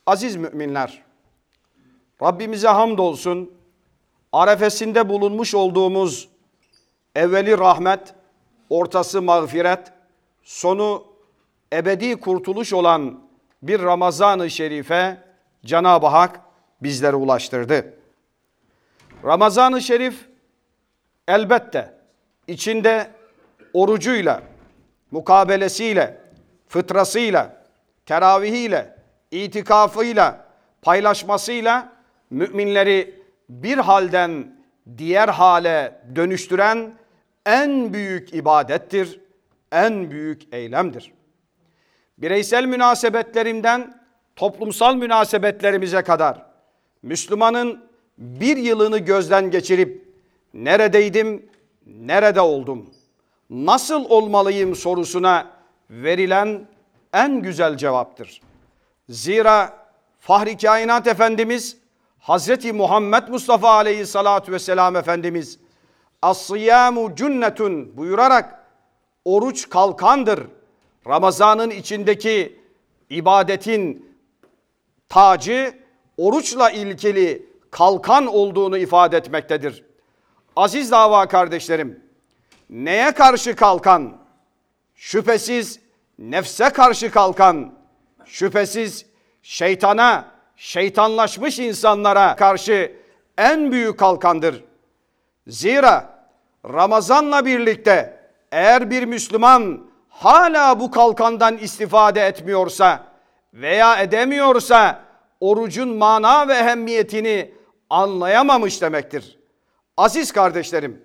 Aziz müminler, Rabbimize hamdolsun, arefesinde bulunmuş olduğumuz evveli rahmet, ortası mağfiret, sonu ebedi kurtuluş olan bir Ramazan-ı Şerif'e Cenab-ı Hak bizleri ulaştırdı. Ramazan-ı Şerif elbette içinde orucuyla, mukabelesiyle, fıtrasıyla, teravihiyle, itikafıyla, paylaşmasıyla müminleri bir halden diğer hale dönüştüren en büyük ibadettir, en büyük eylemdir. Bireysel münasebetlerimden toplumsal münasebetlerimize kadar Müslümanın bir yılını gözden geçirip neredeydim, nerede oldum, nasıl olmalıyım sorusuna verilen en güzel cevaptır. Zira Fahri Kainat Efendimiz Hazreti Muhammed Mustafa Aleyhisselatü Vesselam Efendimiz "As-siyamu cünnetun" buyurarak oruç kalkandır. Ramazanın içindeki ibadetin tacı oruçla ilgili kalkan olduğunu ifade etmektedir. Aziz dava kardeşlerim, neye karşı kalkan? Şüphesiz nefse karşı kalkan, şüphesiz şeytana, şeytanlaşmış insanlara karşı en büyük kalkandır. Zira Ramazanla birlikte eğer bir Müslüman hala bu kalkandan istifade etmiyorsa veya edemiyorsa orucun mana ve ehemmiyetini anlayamamış demektir. Aziz kardeşlerim,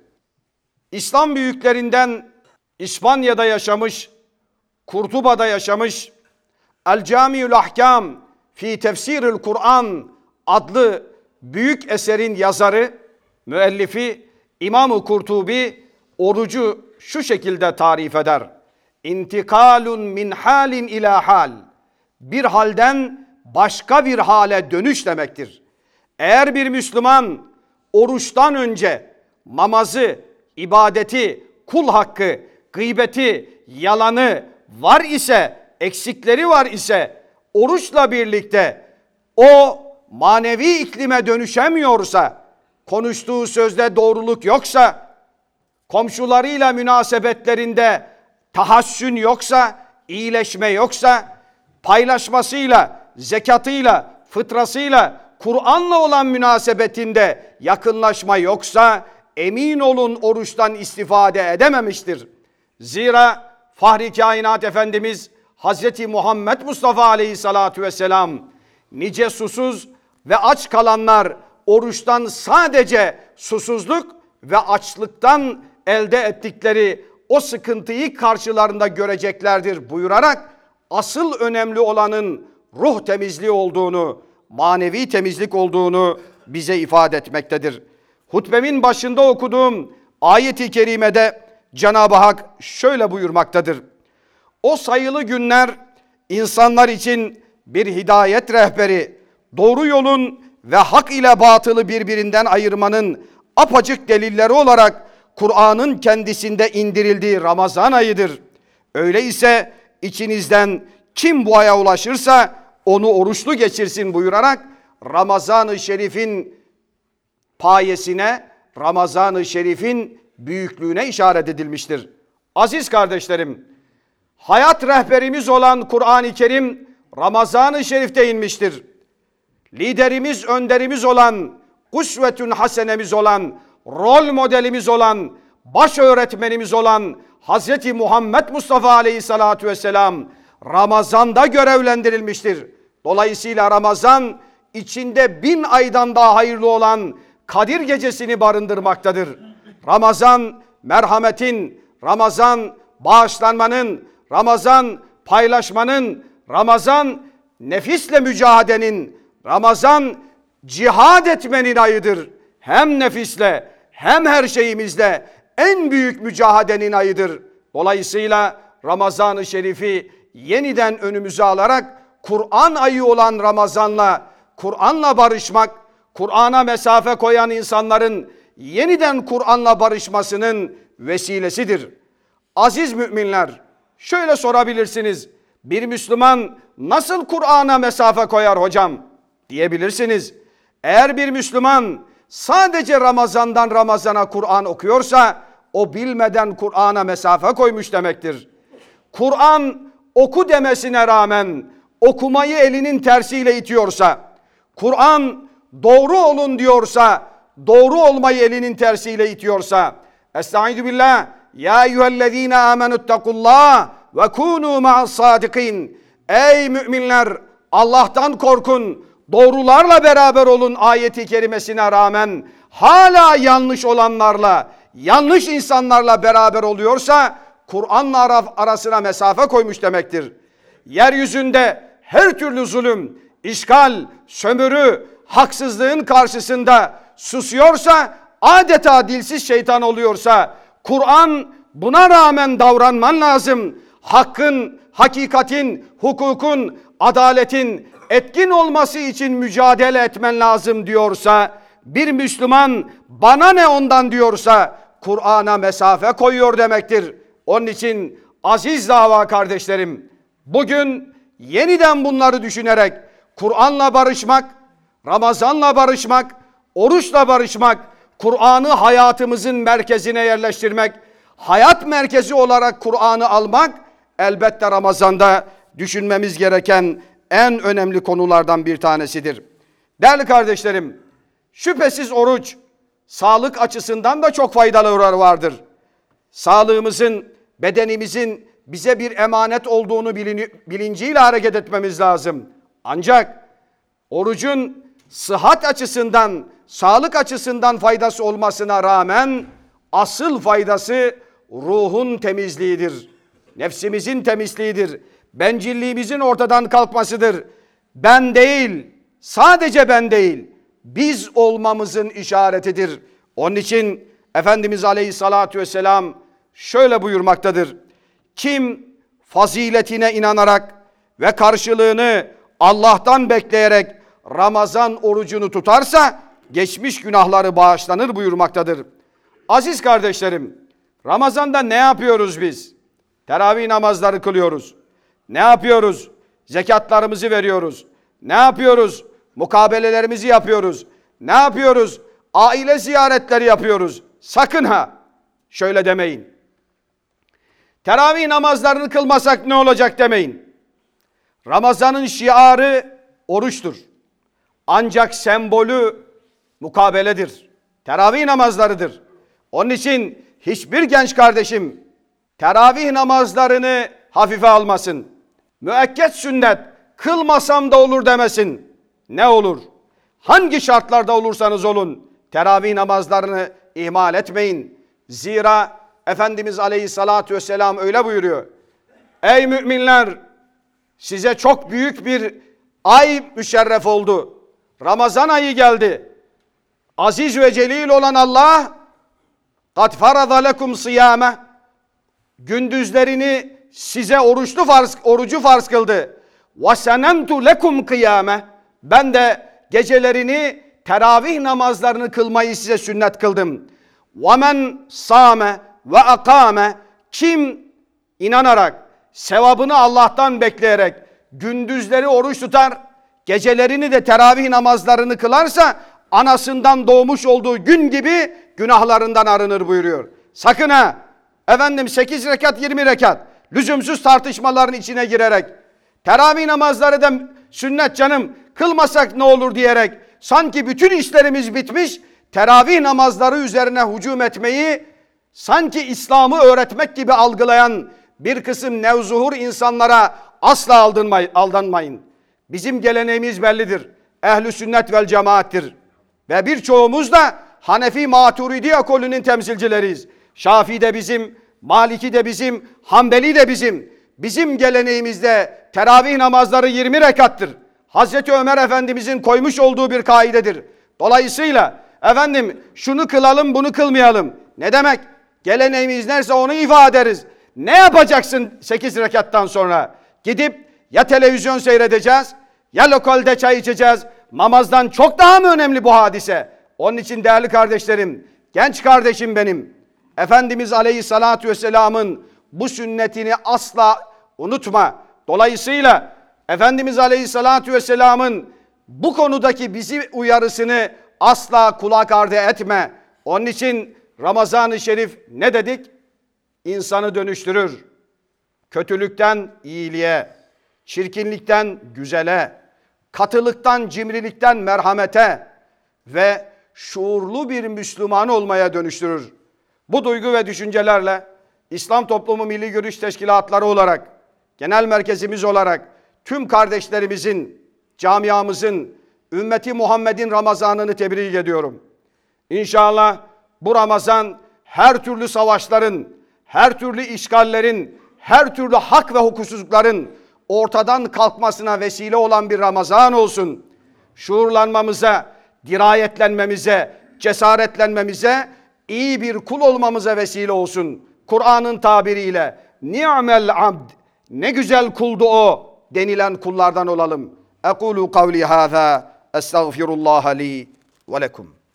İslam büyüklerinden İspanya'da yaşamış, Kurtuba'da yaşamış, El Camiül Ahkam fi Tefsirül Kur'an adlı büyük eserin yazarı, müellifi İmam-ı Kurtubi orucu şu şekilde tarif eder. İntikalun min halin ila hal. Bir halden başka bir hale dönüş demektir. Eğer bir Müslüman oruçtan önce namazı, ibadeti, kul hakkı, gıybeti, yalanı var ise, eksikleri var ise oruçla birlikte o manevi iklime dönüşemiyorsa, konuştuğu sözde doğruluk yoksa, komşularıyla münasebetlerinde tahassün yoksa, iyileşme yoksa, paylaşmasıyla, zekatıyla, fıtrasıyla, Kur'an'la olan münasebetinde yakınlaşma yoksa, emin olun oruçtan istifade edememiştir. Zira Fahri Kainat Efendimiz Hazreti Muhammed Mustafa Aleyhisselatü Vesselam nice susuz ve aç kalanlar oruçtan sadece susuzluk ve açlıktan elde ettikleri o sıkıntıyı karşılarında göreceklerdir buyurarak asıl önemli olanın ruh temizliği olduğunu, manevi temizlik olduğunu bize ifade etmektedir. Hutbemin başında okuduğum ayet-i kerimede Cenab-ı Hak şöyle buyurmaktadır. O sayılı günler insanlar için bir hidayet rehberi, doğru yolun ve hak ile batılı birbirinden ayırmanın apaçık delilleri olarak Kur'an'ın kendisinde indirildiği Ramazan ayıdır. Öyleyse içinizden kim bu aya ulaşırsa onu oruçlu geçirsin buyurarak Ramazan-ı Şerif'in payesine, Ramazan-ı Şerif'in büyüklüğüne işaret edilmiştir. Aziz kardeşlerim, hayat rehberimiz olan Kur'an-ı Kerim Ramazan-ı Şerif'te inmiştir. Liderimiz, önderimiz olan, usvetün hasenemiz olan, rol modelimiz olan, baş öğretmenimiz olan Hazreti Muhammed Mustafa Aleyhisselatü Vesselam Ramazan'da görevlendirilmiştir. Dolayısıyla Ramazan içinde 1000 aydan daha hayırlı olan Kadir Gecesi'ni barındırmaktadır. Ramazan merhametin, Ramazan bağışlanmanın, Ramazan paylaşmanın, Ramazan nefisle mücadelenin, Ramazan cihad etmenin ayıdır. Hem nefisle hem her şeyimizle en büyük mücadelenin ayıdır. Dolayısıyla Ramazan-ı Şerif'i yeniden önümüze alarak Kur'an ayı olan Ramazan'la, Kur'an'la barışmak, Kur'an'a mesafe koyan insanların yeniden Kur'an'la barışmasının vesilesidir. Aziz müminler, şöyle sorabilirsiniz. Bir Müslüman nasıl Kur'an'a mesafe koyar hocam diyebilirsiniz. Eğer bir Müslüman sadece Ramazan'dan Ramazan'a Kur'an okuyorsa o bilmeden Kur'an'a mesafe koymuş demektir. Kur'an oku demesine rağmen okumayı elinin tersiyle itiyorsa, Kur'an doğru olun diyorsa, doğru olmayı elinin tersiyle itiyorsa, Estaizu billah, ya eyyühellezine amenüttekullah ve kunu ma'as sadikin. Ey müminler, Allah'tan korkun, doğrularla beraber olun ayeti kerimesine rağmen hala yanlış olanlarla, yanlış insanlarla beraber oluyorsa Kur'an'la arasına mesafe koymuş demektir. Yeryüzünde her türlü zulüm, işgal, sömürü, haksızlığın karşısında susuyorsa, adeta dilsiz şeytan oluyorsa, Kur'an buna rağmen davranman lazım. Hakkın, hakikatin, hukukun, adaletin etkin olması için mücadele etmen lazım diyorsa, bir Müslüman bana ne ondan diyorsa Kur'an'a mesafe koyuyor demektir. Onun için aziz dava kardeşlerim, bugün yeniden bunları düşünerek Kur'an'la barışmak, Ramazan'la barışmak, oruçla barışmak, Kur'an'ı hayatımızın merkezine yerleştirmek, hayat merkezi olarak Kur'an'ı almak elbette Ramazan'da düşünmemiz gereken en önemli konulardan bir tanesidir. Değerli kardeşlerim, şüphesiz oruç sağlık açısından da çok faydaları vardır. Sağlığımızın, bedenimizin bize bir emanet olduğunu bilinciyle hareket etmemiz lazım. Ancak orucun sıhhat açısından, sağlık açısından faydası olmasına rağmen asıl faydası ruhun temizliğidir. Nefsimizin temizliğidir. Bencilliğimizin ortadan kalkmasıdır. Ben değil, sadece ben değil, biz olmamızın işaretidir. Onun için Efendimiz Aleyhisselatü Vesselam şöyle buyurmaktadır. Kim faziletine inanarak ve karşılığını Allah'tan bekleyerek Ramazan orucunu tutarsa geçmiş günahları bağışlanır buyurmaktadır. Aziz kardeşlerim, Ramazan'da ne yapıyoruz biz? Teravih namazları kılıyoruz. Ne yapıyoruz? Zekatlarımızı veriyoruz. Ne yapıyoruz? Mukabelelerimizi yapıyoruz. Ne yapıyoruz? Aile ziyaretleri yapıyoruz. Sakın ha şöyle demeyin. Teravih namazlarını kılmasak ne olacak demeyin. Ramazan'ın şiarı oruçtur. Ancak sembolü mukabeledir. Teravih namazlarıdır. Onun için hiçbir genç kardeşim teravih namazlarını hafife almasın. Müekket sünnet kılmasam da olur demesin. Ne olur? Hangi şartlarda olursanız olun teravih namazlarını ihmal etmeyin. Zira Efendimiz Aleyhisselatü Vesselam öyle buyuruyor. Ey müminler, size çok büyük bir ay müşerref oldu. Ramazan ayı geldi. Aziz ve celil olan Allah قَدْ فَرَضَ لَكُمْ صِيَامَهِ gündüzlerini size orucu farz kıldı. وَسَنَمْتُ لَكُمْ قِيَامَهِ ben de gecelerini teravih namazlarını kılmayı size sünnet kıldım. وَمَنْ صَامَ وَاَقَامَ kim inanarak, sevabını Allah'tan bekleyerek gündüzleri oruç tutar, gecelerini de teravih namazlarını kılarsa anasından doğmuş olduğu gün gibi günahlarından arınır buyuruyor. Sakın ha! Efendim 8 rekat 20 rekat lüzumsuz tartışmaların içine girerek teravih namazları da sünnet canım kılmasak ne olur diyerek sanki bütün işlerimiz bitmiş teravih namazları üzerine hücum etmeyi sanki İslam'ı öğretmek gibi algılayan bir kısım nevzuhur insanlara asla aldanmayın. Bizim geleneğimiz bellidir. Ehl-i sünnet vel cemaattir. Ve birçoğumuz da Hanefi Maturidi ekolünün temsilcileriyiz. Şafii de bizim, Maliki de bizim, Hanbeli de bizim. Bizim geleneğimizde teravih namazları 20 rekattır. Hazreti Ömer Efendimizin koymuş olduğu bir kaidedir. Dolayısıyla efendim şunu kılalım bunu kılmayalım. Ne demek? Geleneğimiz neyse onu ifade ederiz. Ne yapacaksın 8 rekattan sonra? Gidip ya televizyon seyredeceğiz ya lokalde çay içeceğiz. Namazdan çok daha mı önemli bu hadise? Onun için değerli kardeşlerim, genç kardeşim benim, Efendimiz Aleyhisselatü Vesselam'ın bu sünnetini asla unutma. Dolayısıyla Efendimiz Aleyhisselatü Vesselam'ın bu konudaki bizi uyarısını asla kulak ardı etme. Onun için Ramazan-ı Şerif ne dedik? İnsanı dönüştürür. Kötülükten iyiliğe, çirkinlikten güzele, katılıktan cimrilikten merhamete ve şuurlu bir Müslüman olmaya dönüştürür. Bu duygu ve düşüncelerle İslam Toplumu Milli Görüş Teşkilatları olarak, genel merkezimiz olarak tüm kardeşlerimizin, camiamızın, ümmeti Muhammed'in Ramazan'ını tebrik ediyorum. İnşallah bu Ramazan her türlü savaşların, her türlü işgallerin, her türlü hak ve hukuksuzlukların ortadan kalkmasına vesile olan bir Ramazan olsun. Şuurlanmamıza, dirayetlenmemize, cesaretlenmemize, iyi bir kul olmamıza vesile olsun. Kur'an'ın tabiriyle ni'mel abd, ne güzel kuldu o denilen kullardan olalım. Ekulu kavli hâzâ, estağfirullah li ve lekum.